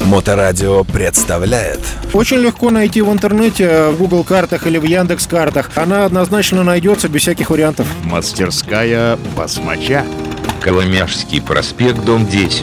Моторадио представляет. Очень легко найти в интернете, в Google картах или в Яндекс картах. Она однозначно найдется без всяких вариантов. Мастерская Басмача. Коломяжский проспект, дом 10.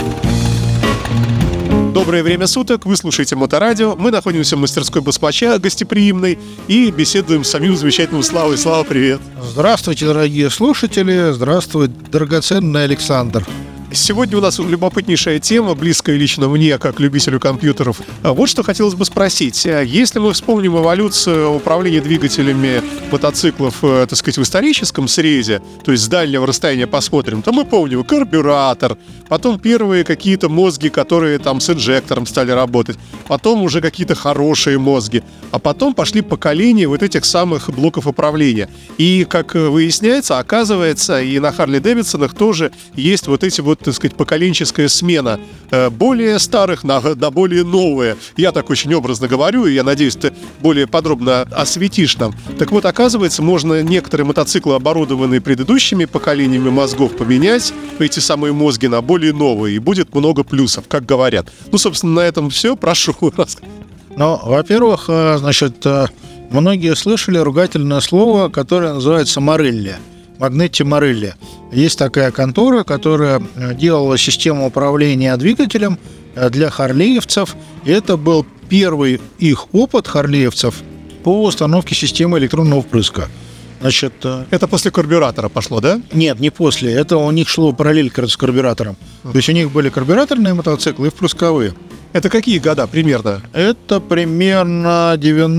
Доброе время суток, вы слушаете Моторадио. Мы находимся в мастерской Басмача гостеприимной и беседуем с самим замечательным Славой. Слава, привет! Здравствуйте, дорогие слушатели. Здравствуй, драгоценный Александр. Сегодня у нас любопытнейшая тема, близкая лично мне, как любителю компьютеров. Вот что хотелось бы спросить. Если мы вспомним эволюцию управления двигателями мотоциклов, так сказать, в историческом срезе, то есть с дальнего расстояния посмотрим, то мы помним карбюратор, потом первые какие-то мозги, которые там с инжектором стали работать, потом уже какие-то хорошие мозги, а потом пошли поколения вот этих самых блоков управления. И, как выясняется, оказывается, и на Харли-Дэвидсонах тоже есть вот эти вот, так сказать, поколенческая смена более старых на более новые. Я так очень образно говорю, и я надеюсь, ты более подробно осветишь нам. Так вот, оказывается, можно некоторые мотоциклы, оборудованные предыдущими поколениями мозгов, поменять эти самые мозги на более новые, и будет много плюсов, как говорят. Ну, собственно, на этом все. Прошу. Ну, во-первых, значит, многие слышали ругательное слово, которое называется Морелли. Магнетти Морелли. Есть такая контора, которая делала систему управления двигателем для харлеевцев. И это был первый их опыт харлеевцев по установке системы электронного впрыска. Значит, это после карбюратора пошло, да? Нет, не после. Это у них шло параллель с карбюратором. То есть у них были карбюраторные мотоциклы и впрысковые. Это какие года примерно? Это примерно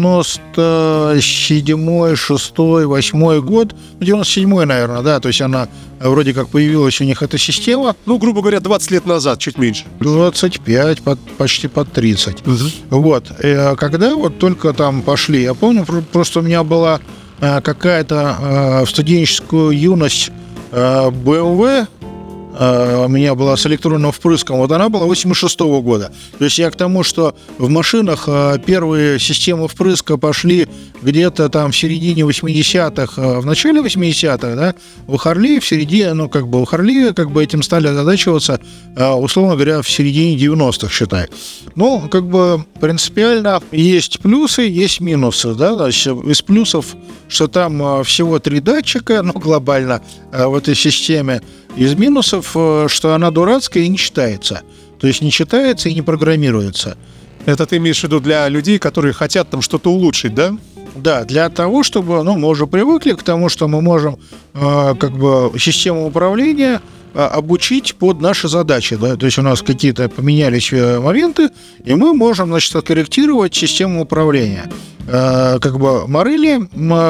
97-й, 6-й, 8-й год. 97-й, наверное, да. То есть она вроде как появилась у них эта система. Ну, грубо говоря, 20 лет назад, чуть меньше. 25, почти под 30. Вот. Когда вот только там пошли, я помню, просто у меня была какая-то в студенческую юность BMW, у меня была с электронным впрыском, вот она была 86-го года. То есть я к тому, что в машинах первые системы впрыска пошли где-то там в середине 80-х, в начале 80-х, да, у Харли в середине, у Харли этим стали озадачиваться, условно говоря, в середине 90-х, считай. Ну, принципиально есть плюсы, есть минусы, да, значит, из плюсов, что там всего 3 датчика, глобально в этой системе. Из минусов, что она дурацкая и не читается. То есть не читается и не программируется. Это ты имеешь в виду для людей, которые хотят там что-то улучшить, да? Да, для того, чтобы, мы уже привыкли к тому, что мы можем систему управления обучить под наши задачи, да, то есть у нас какие-то поменялись моменты, и мы можем, значит, откорректировать систему управления. Морелли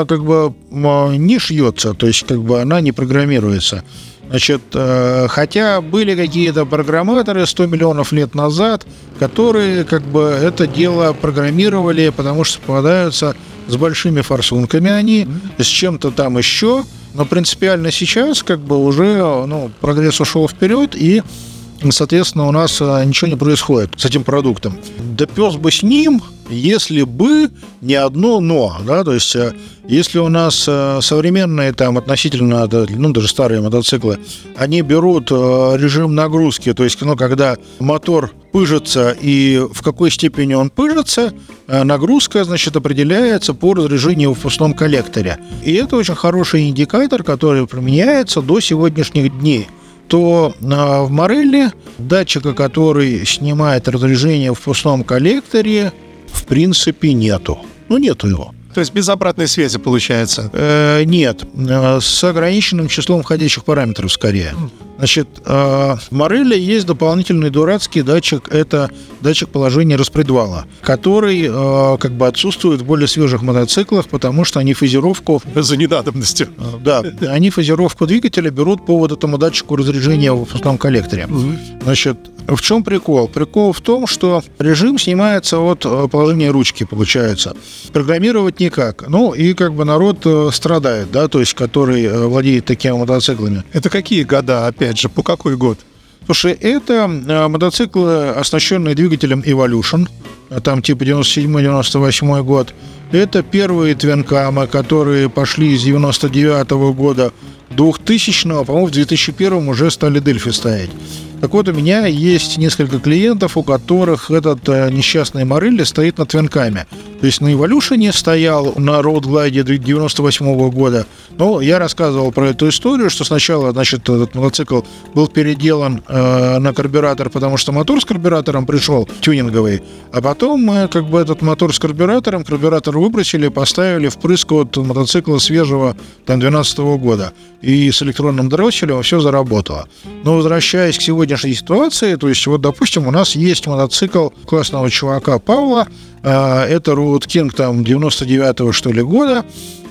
не шьется, то есть она не программируется. Значит, хотя были какие-то программаторы 100 миллионов лет назад, которые это дело программировали, потому что попадаются с большими форсунками они, с чем-то там еще, но принципиально сейчас уже прогресс ушел вперед, и, соответственно, у нас ничего не происходит с этим продуктом. Да пес бы с ним, если бы не одно «но», да, то есть если у нас современные там относительно, даже старые мотоциклы, они берут режим нагрузки, то есть, когда мотор пыжится и в какой степени он пыжится, нагрузка, значит, определяется по разряжению в впускном коллекторе. И это очень хороший индикатор, который применяется до сегодняшних дней. То в Морелли датчика, который снимает разряжение в впускном коллекторе, в принципе, нету. Нету его. То есть без обратной связи получается? Нет, с ограниченным числом входящих параметров скорее. Значит, в Морелли есть дополнительный дурацкий датчик, это датчик положения распредвала, который отсутствует в более свежих мотоциклах, потому что они фазировку... За ненадобностью. Да, они фазировку двигателя берут по вот этому датчику разряжения в впускном коллекторе. Значит, в чем прикол? Прикол в том, что режим снимается от положения ручки, получается. Программировать никак. И народ страдает, да, то есть который владеет такими мотоциклами. Это какие года, опять же, по какой год? Слушай, это мотоциклы, оснащенные двигателем Evolution, там типа 97-98 год. Это первые твинкамы, которые пошли с 99 года 2000-го, по-моему, в 2001 уже стали Дельфи ставить. Так вот, у меня есть несколько клиентов, у которых этот несчастный Морелли стоит над венками. То есть на Evolution стоял, на Road Glide 98 года. Но я рассказывал про эту историю, что сначала, значит, этот мотоцикл был переделан на карбюратор, потому что мотор с карбюратором пришел тюнинговый. А потом мы как бы этот мотор с карбюратором, карбюратор выбросили, поставили впрыск от мотоцикла свежего там 12 года. И с электронным дросселем все заработало. Но возвращаясь к сегодняшней ситуации, то есть вот, допустим, у нас есть мотоцикл классного чувака Павла, это Road King там 99-го, что ли, года,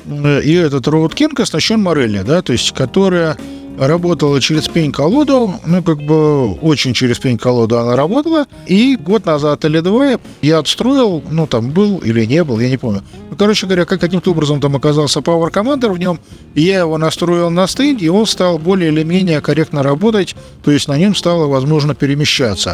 и этот Road King оснащен Морелли, да, то есть которая работала через пень-колоду, ну, как бы очень через пень-колоду она работала, и год назад или два я отстроил, ну, там был или не был, я не помню. Ну, короче говоря, каким-то образом там оказался Power Commander в нем, и я его настроил на стенде, и он стал более или менее корректно работать, то есть на нем стало возможно перемещаться.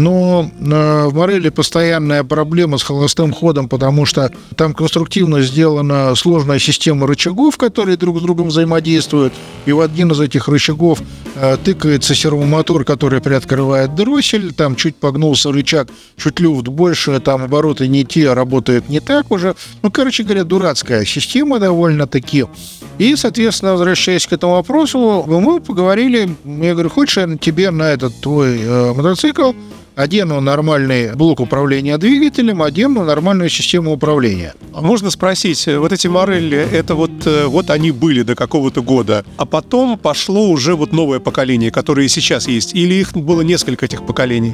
Но в Морелли постоянная проблема с холостым ходом, потому что там конструктивно сделана сложная система рычагов, которые друг с другом взаимодействуют, и в один из этих рычагов тыкается сервомотор, который приоткрывает дроссель, там чуть погнулся рычаг, чуть люфт больше, там обороты не те, работает не так уже. Ну, короче говоря, дурацкая система довольно-таки. И, соответственно, возвращаясь к этому вопросу, мы поговорили, я говорю, хочешь, я тебе на этот твой мотоцикл одену нормальный блок управления двигателем, одену нормальную систему управления. А можно спросить, вот эти Морелли, это вот они были до какого-то года, а потом пошло уже вот новое поколение, которое и сейчас есть, или их было несколько этих поколений?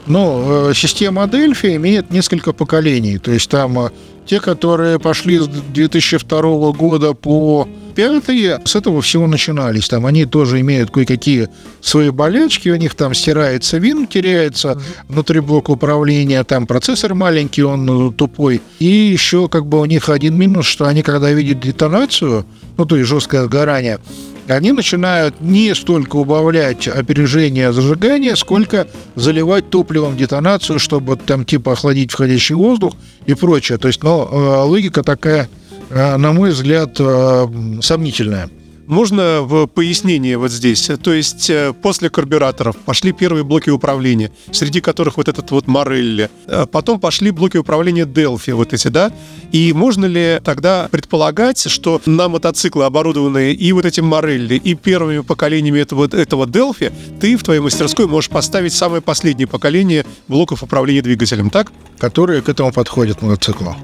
Ну, система Дельфи имеет несколько поколений, то есть там те, которые пошли с 2002 года по 5, с этого всего начинались. Там они тоже имеют кое-какие свои болячки, у них там стирается вин, теряется внутри блока управления, там процессор маленький, он тупой. И еще как бы у них один минус, что они, когда видят детонацию, ну, то есть жесткое сгорание, они начинают не столько убавлять опережение зажигания, сколько заливать топливом детонацию, чтобы там типа охладить входящий воздух и прочее. То есть, логика такая, на мой взгляд, сомнительная. Можно в пояснение вот здесь? То есть после карбюраторов пошли первые блоки управления, среди которых вот этот вот Морелли. Потом пошли блоки управления Delphi вот эти, да? И можно ли тогда предполагать, что на мотоциклы, оборудованные и вот этим Морелли, и первыми поколениями этого Delphi, ты в твоей мастерской можешь поставить самое последнее поколение блоков управления двигателем, так? Которые к этому подходят мотоциклу.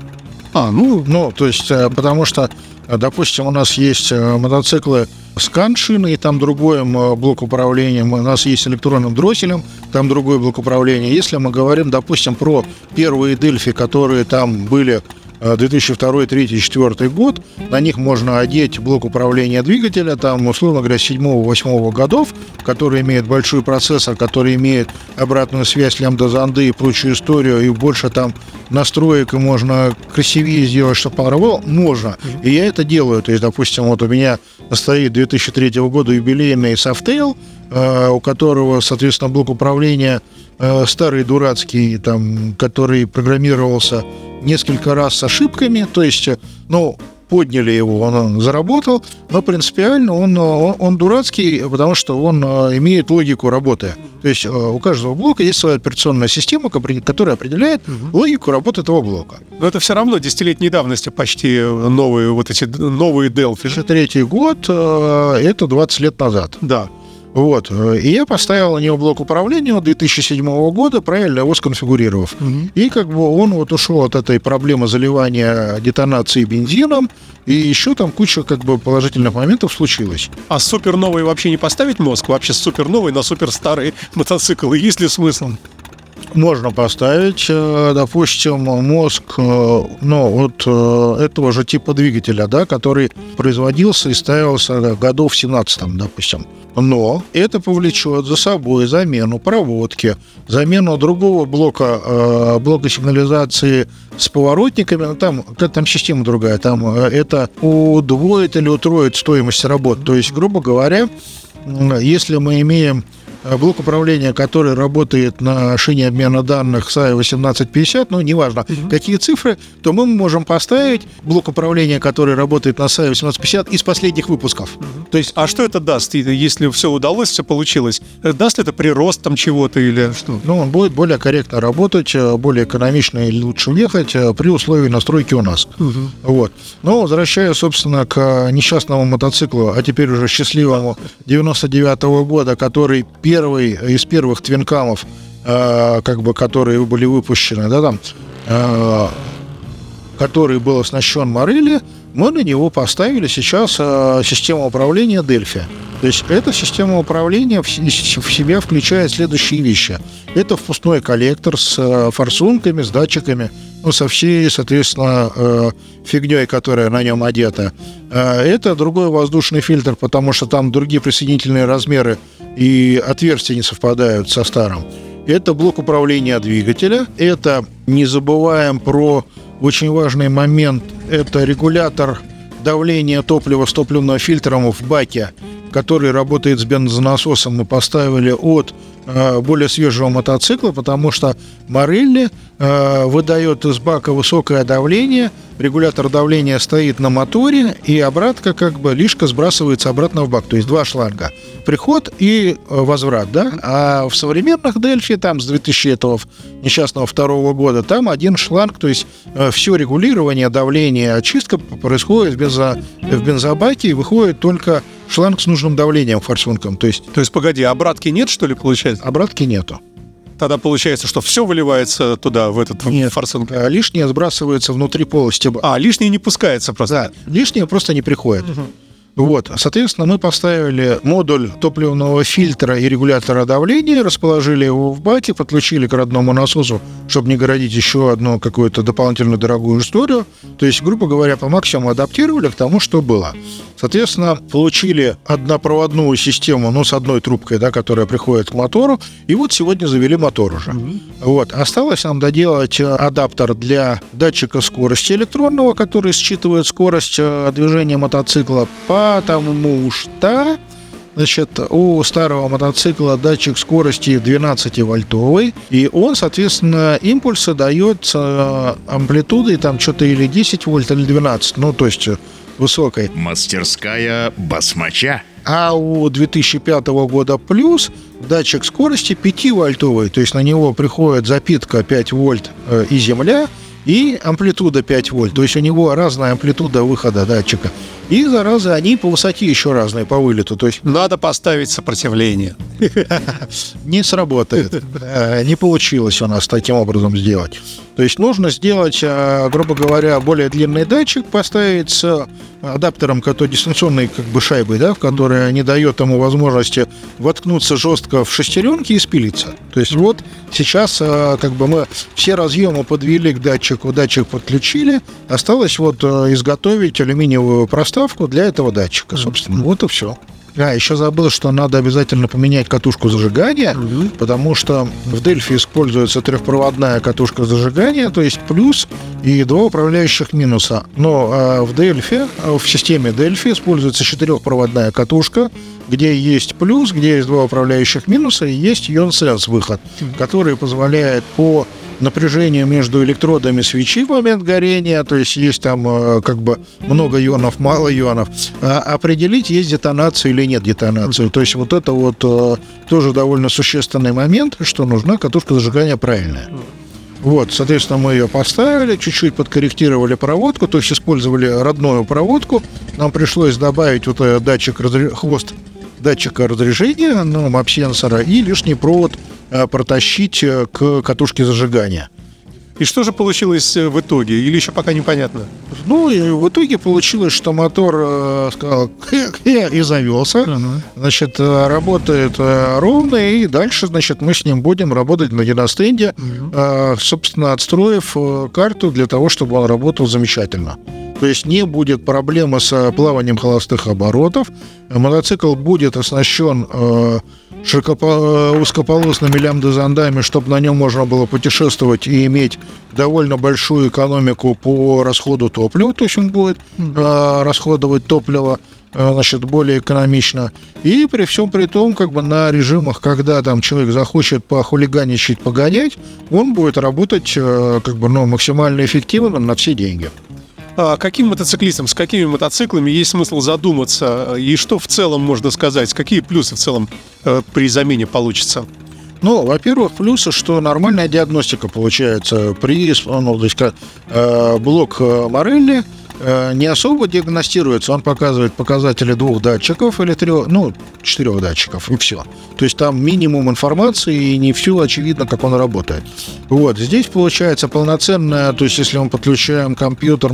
Ну, то есть, потому что, допустим, у нас есть мотоциклы с кант-шиной, там другой блок управления, у нас есть электронным дросселем, там другой блок управления. Если мы говорим, допустим, про первые Дельфи, которые там были 2002, 2003, 2004 год, на них можно одеть блок управления двигателя, там, условно говоря, 7-8 годов, который имеет большой процессор, который имеет обратную связь лямбда-зонды и прочую историю, и больше там настроек, и можно красивее сделать, чтобы он работал, можно. И я это делаю. То есть, допустим, вот у меня стоит 2003 года юбилейный Softail, у которого, соответственно, блок управления старый, дурацкий, там, который программировался несколько раз с ошибками, то есть, подняли его, он заработал, но принципиально он дурацкий, потому что он имеет логику работы. То есть у каждого блока есть своя операционная система, которая определяет логику работы этого блока. Но это все равно десятилетней давности почти новые Delphi. 2003 год, это 20 лет назад. Да. Вот. И я поставил на него блок управления 2007 года, правильно его сконфигурировав. И как бы он вот ушел от этой проблемы заливания детонации бензином, и еще там куча как бы положительных моментов случилось. А суперновый вообще не поставить мозг? Вообще суперновый на суперстарый мотоцикл? Есть ли смысл? Можно поставить, допустим, мозг этого же типа двигателя, да, который производился и ставился годов в 17, допустим. Но это повлечет за собой замену проводки, замену другого блока сигнализации с поворотниками. Там система другая, там это удвоит или утроит стоимость работ. То есть, грубо говоря, если мы имеем блок управления, который работает на шине обмена данных SAI 1850, ну, неважно, какие цифры, то мы можем поставить блок управления, который работает на SAI 1850 из последних выпусков. То есть, а что это даст, если все удалось, все получилось? Даст это прирост там чего-то или что? Ну, он будет более корректно работать, более экономично и лучше ехать при условии настройки у нас. Вот. Но возвращаясь, собственно, к несчастному мотоциклу, а теперь уже счастливому 99-го года, который первый из первых твинкамов, которые были выпущены, да, там, который был оснащен Морелли, мы на него поставили сейчас систему управления Delphi. То есть эта система управления в себя включает следующие вещи. Это впускной коллектор с форсунками, с датчиками, ну, со всей, соответственно, фигней, которая на нем одета. Это другой воздушный фильтр, потому что там другие присоединительные размеры и отверстия не совпадают со старым. Это блок управления двигателя. Это, не забываем про очень важный момент, это регулятор давления топлива с топливным фильтром в баке, который работает с бензонасосом. Мы поставили от более свежего мотоцикла, потому что Морелли выдает из бака высокое давление, регулятор давления стоит на моторе, и обратка, лишка сбрасывается обратно в бак. То есть два шланга. Приход и возврат, да? А в современных Delphi, там с 2000 несчастного второго года, там один шланг, то есть все регулирование давления, очистка происходит в бензобаке, и выходит только шланг с нужным давлением форсунком. То есть, погоди, обратки нет, что ли, получается? Обратки нету. Тогда получается, что все выливается туда, в этот форсунок? Лишнее сбрасывается внутри полости. Лишнее не пускается просто? Да, лишнее просто не приходит. Вот, соответственно, мы поставили модуль топливного фильтра и регулятора давления, расположили его в баке, подключили к родному насосу, чтобы не городить еще одну какую-то дополнительную дорогую историю. То есть, грубо говоря, по максимуму адаптировали к тому, что было. Соответственно, получили однопроводную систему, с одной трубкой, да, которая приходит к мотору, и вот сегодня завели мотор уже. Вот. Осталось нам доделать адаптер для датчика скорости электронного, который считывает скорость движения мотоцикла, потому что, у старого мотоцикла датчик скорости 12-вольтовый, и он, соответственно, импульсы дает амплитудой там что-то или 10 вольт, или 12, то есть высокой. Мастерская басмача. А у 2005 года плюс датчик скорости 5-вольтовый, то есть на него приходит запитка 5 вольт и земля, и амплитуда 5 вольт. То есть у него разная амплитуда выхода датчика. И, зараза, они по высоте еще разные, по вылету. То есть надо поставить сопротивление. Не сработает. Не получилось у нас таким образом сделать. То есть нужно сделать, грубо говоря, более длинный датчик, поставить с адаптером, который дистанционной шайбой, да, в которая не дает ему возможности воткнуться жестко в шестеренки и спилиться. То есть вот сейчас мы все разъемы подвели к датчику, датчик подключили, осталось изготовить алюминиевую проставку для этого датчика, собственно. Вот и все. Еще забыл, что надо обязательно поменять катушку зажигания, потому что в Delphi используется трехпроводная катушка зажигания, то есть плюс и два управляющих минуса. Но в Delphi, в системе Delphi используется четырехпроводная катушка, где есть плюс, где есть два управляющих минуса, и есть ion-sense выход, который позволяет по напряжению между электродами свечи в момент горения, то есть есть там много ионов, мало ионов, определить, есть детонация или нет детонации. То есть вот это тоже довольно существенный момент, что нужна катушка зажигания правильная. Вот, соответственно, мы ее поставили, чуть-чуть подкорректировали проводку, то есть использовали родную проводку. Нам пришлось добавить хвост датчика разрежения, мап-сенсора, и лишний провод протащить к катушке зажигания. И что же получилось в итоге? Или еще пока непонятно? И в итоге получилось, что мотор сказал и завелся. Значит, работает ровно, и дальше, мы с ним будем работать на диностенде, собственно, отстроив карту для того, чтобы он работал замечательно. То есть не будет проблемы с плаванием холостых оборотов. Мотоцикл будет оснащен узкополосными лямбда-зондами, чтобы на нем можно было путешествовать и иметь довольно большую экономику по расходу топлива. То есть он будет расходовать топливо более экономично. И при всем при том, на режимах, когда там человек захочет похулиганичать, погонять, он будет работать максимально эффективно на все деньги. Каким мотоциклистам, с какими мотоциклами есть смысл задуматься? И что в целом можно сказать? Какие плюсы в целом при замене получится? Во-первых, плюсы, что нормальная диагностика получается при блок Морелли не особо диагностируется, он показывает показатели 2 датчиков или 4 датчиков, и все. То есть там минимум информации, и не все очевидно, как он работает. Здесь получается полноценная, то есть если мы подключаем компьютер,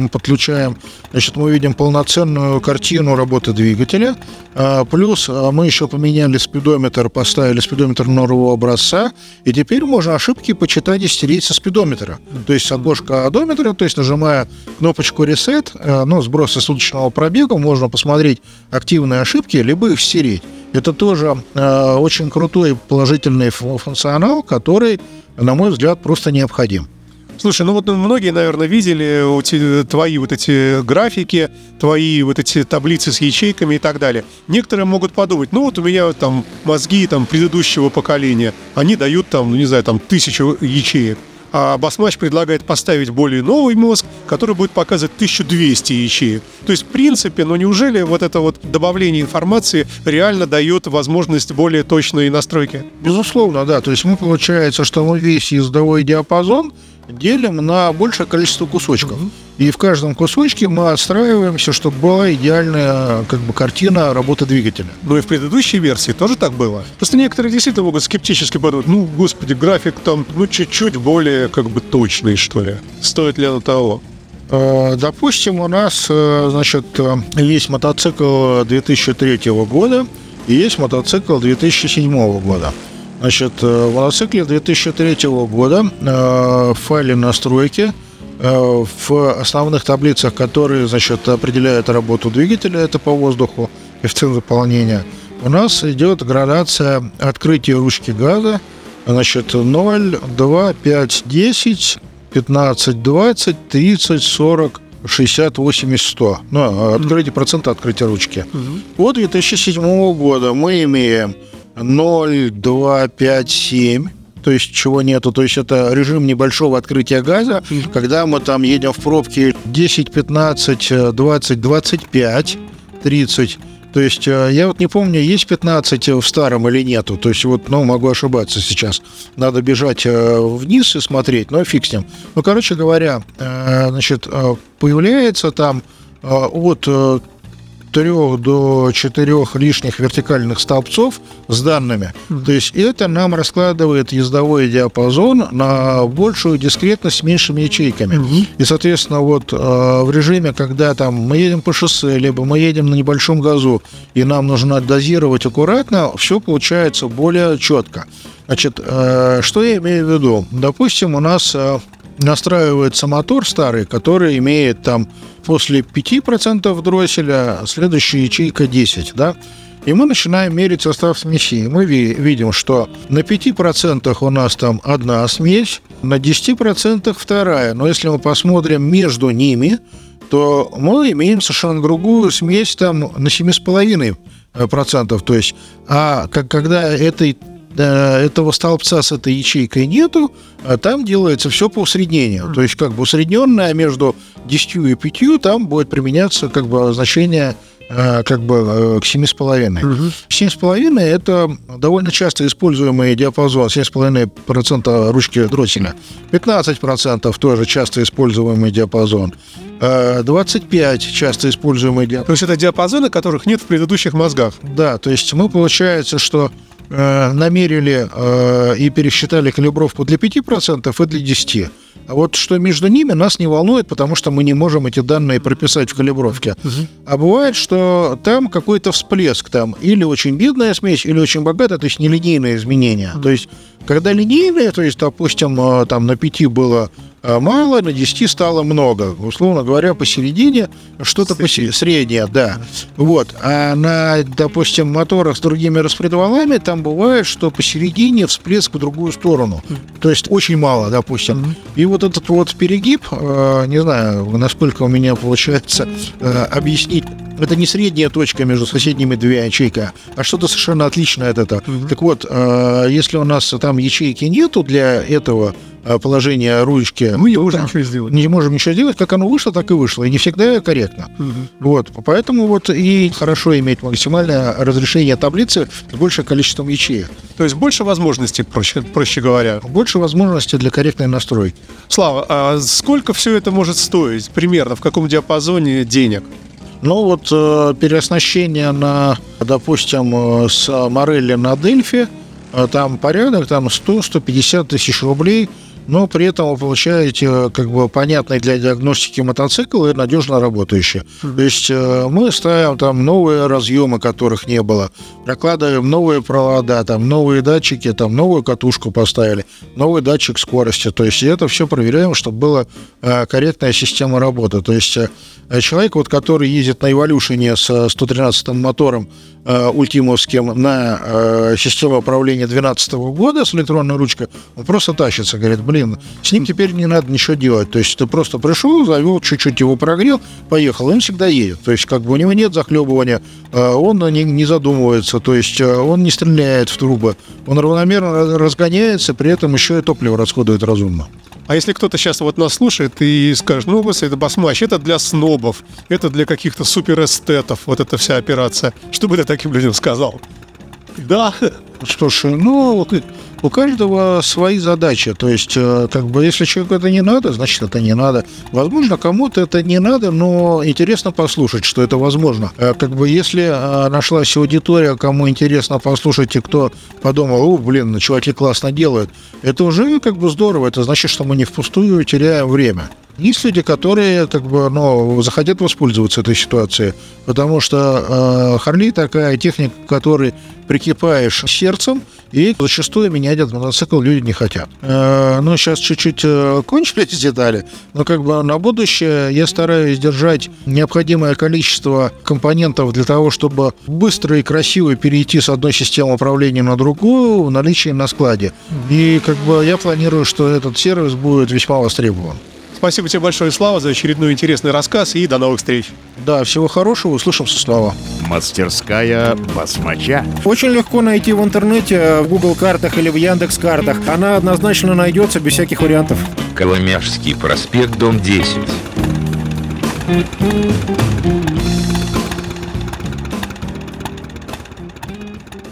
мы видим полноценную картину работы двигателя, плюс мы еще поменяли спидометр, поставили спидометр нового образца, и теперь можно ошибки почитать и стереть со спидометра. То есть с обложка одометра, то есть нажимая кнопочку «Reset», сброса суточного пробега, можно посмотреть активные ошибки, либо их стереть. Это тоже очень крутой положительный функционал, который, на мой взгляд, просто необходим. Слушай, многие, наверное, видели твои эти графики, твои эти таблицы с ячейками и так далее. Некоторые могут подумать, у меня там мозги предыдущего поколения, они дают 1000 ячеек. А Basmatch предлагает поставить более новый мозг, который будет показывать 1200 ячеек. То есть, в принципе, неужели это добавление информации реально дает возможность более точной настройки? Безусловно, да. То есть получается, что мы весь ездовой диапазон делим на большее количество кусочков. И в каждом кусочке мы отстраиваемся, чтобы была идеальная картина работы двигателя. И в предыдущей версии тоже так было. Просто некоторые действительно могут скептически подумать, господи, график там чуть-чуть более точный, что ли. Стоит ли оно того? Допустим, у нас, есть мотоцикл 2003 года и есть мотоцикл 2007 года. В мотоцикле 2003 года в файле настройки в основных таблицах, которые, определяют работу двигателя, это по воздуху, коэффициент заполнения, у нас идет градация открытия ручки газа, 0, 2, 5, 10, 15, 20, 30, 40, 60, 80, 100. Открытие, процента открытия ручки. От 2007 года мы имеем 0, 2, 5, 7, то есть чего нету, то есть это режим небольшого открытия газа, когда мы там едем в пробке 10, 15, 20, 25, 30, то есть я не помню, есть 15 в старом или нету, то есть могу ошибаться сейчас, надо бежать вниз и смотреть, но фиг с ним. Короче говоря, появляется там от 3 до 4 лишних вертикальных столбцов с данными. То есть это нам раскладывает ездовой диапазон на большую дискретность с меньшими ячейками. И, соответственно, в режиме, когда мы едем по шоссе, либо мы едем на небольшом газу, и нам нужно дозировать аккуратно, все получается более четко. Что я имею в виду? Допустим, у нас настраивается мотор старый, который имеет после 5% дросселя следующая ячейка 10, да? И мы начинаем мерить состав смеси. Мы видим, что на 5% у нас одна смесь, на 10% вторая. Но если мы посмотрим между ними, то мы имеем совершенно другую смесь на 7,5%. То есть, когда этого столбца с этой ячейкой нету, там делается все по усреднению. То есть усредненное между 10 и 5 там будет применяться значение к 7,5. 7,5 это довольно часто используемый диапазон, 7,5% ручки дросселя. 15% тоже часто используемый диапазон. 25 часто используемый диапазон. То есть это диапазоны, которых нет в предыдущих мозгах. Да, то есть получается, что намерили и пересчитали калибровку для 5% и для 10%. А что между ними нас не волнует, потому что мы не можем эти данные прописать в калибровке. А бывает, что там какой-то всплеск, или очень бедная смесь, или очень богатая, то есть нелинейные изменения. То есть, когда линейные, то есть, допустим, на 5 было мало, на 10 стало много. Условно говоря, посередине что-то среднее, да. Вот. А на, допустим, моторах с другими распредвалами там бывает, что посередине всплеск в другую сторону. То есть очень мало, допустим. И вот этот вот перегиб, не знаю, насколько у меня получается объяснить, это не средняя точка между соседними двумя ячейками, а что-то совершенно отличное от этого. Так вот, если у нас там ячейки нету для этого положения ручки, мы не можем ничего сделать. Не можем ничего сделать, как оно вышло, так и вышло, и не всегда корректно. Вот, поэтому вот и хорошо иметь максимальное разрешение таблицы с большим количеством ячеек. То есть больше возможностей, проще говоря. Больше возможностей для корректной настройки. Слава, а сколько все это может стоить примерно, в каком диапазоне денег? Ну вот переоснащение на, допустим, с Морелли на Дельфи, там порядок, там 100-150 тысяч рублей, но при этом вы получаете как бы понятный для диагностики мотоцикл и надежно работающий. То есть мы ставим там новые разъемы, которых не было, прокладываем новые провода, там новые датчики, там новую катушку поставили, новый датчик скорости. То есть это все проверяем, чтобы была корректная система работы. То есть человек, вот, который ездит на Evolution с 113-м мотором ультимовским на систему управления 2012 года с электронной ручкой, он просто тащится, говорит, блин, с ним теперь не надо ничего делать. То есть ты просто пришел, завел, чуть-чуть его прогрел, поехал, и он всегда едет. То есть как бы у него нет захлебывания, он не задумывается, то есть он не стреляет в трубы, он равномерно разгоняется, при этом еще и топливо расходует разумно. А если кто-то сейчас вот нас слушает и скажет, ну, это басмач, это для снобов, это для каких-то суперэстетов, вот эта вся операция, что бы ты таким людям сказал? Да. Что ж, ну, у каждого свои задачи. То есть, как бы, если человеку это не надо, значит, это не надо. Возможно, кому-то это не надо, но интересно послушать, что это возможно. Как бы, если нашлась аудитория, кому интересно послушать, и кто подумал, блин, чуваки классно делают, это уже как бы здорово. Это значит, что мы не впустую теряем время. Есть люди, которые как бы, захотят воспользоваться этой ситуацией, потому что Харли такая техника, которой прикипаешь сердцем, и зачастую менять этот мотоцикл люди не хотят. Сейчас чуть-чуть кончились детали, но как бы на будущее я стараюсь держать необходимое количество компонентов для того, чтобы быстро и красиво перейти с одной системы управления на другую в наличии на складе. И как бы я планирую, что этот сервис будет весьма востребован. Спасибо тебе большое, Слава, за очередной интересный рассказ, и до новых встреч. Да, всего хорошего, услышимся, Слава. Мастерская басмача. Очень легко найти в интернете, в Google картах или в Яндекс картах. Она однозначно найдется без всяких вариантов. Коломяжский проспект, дом 10.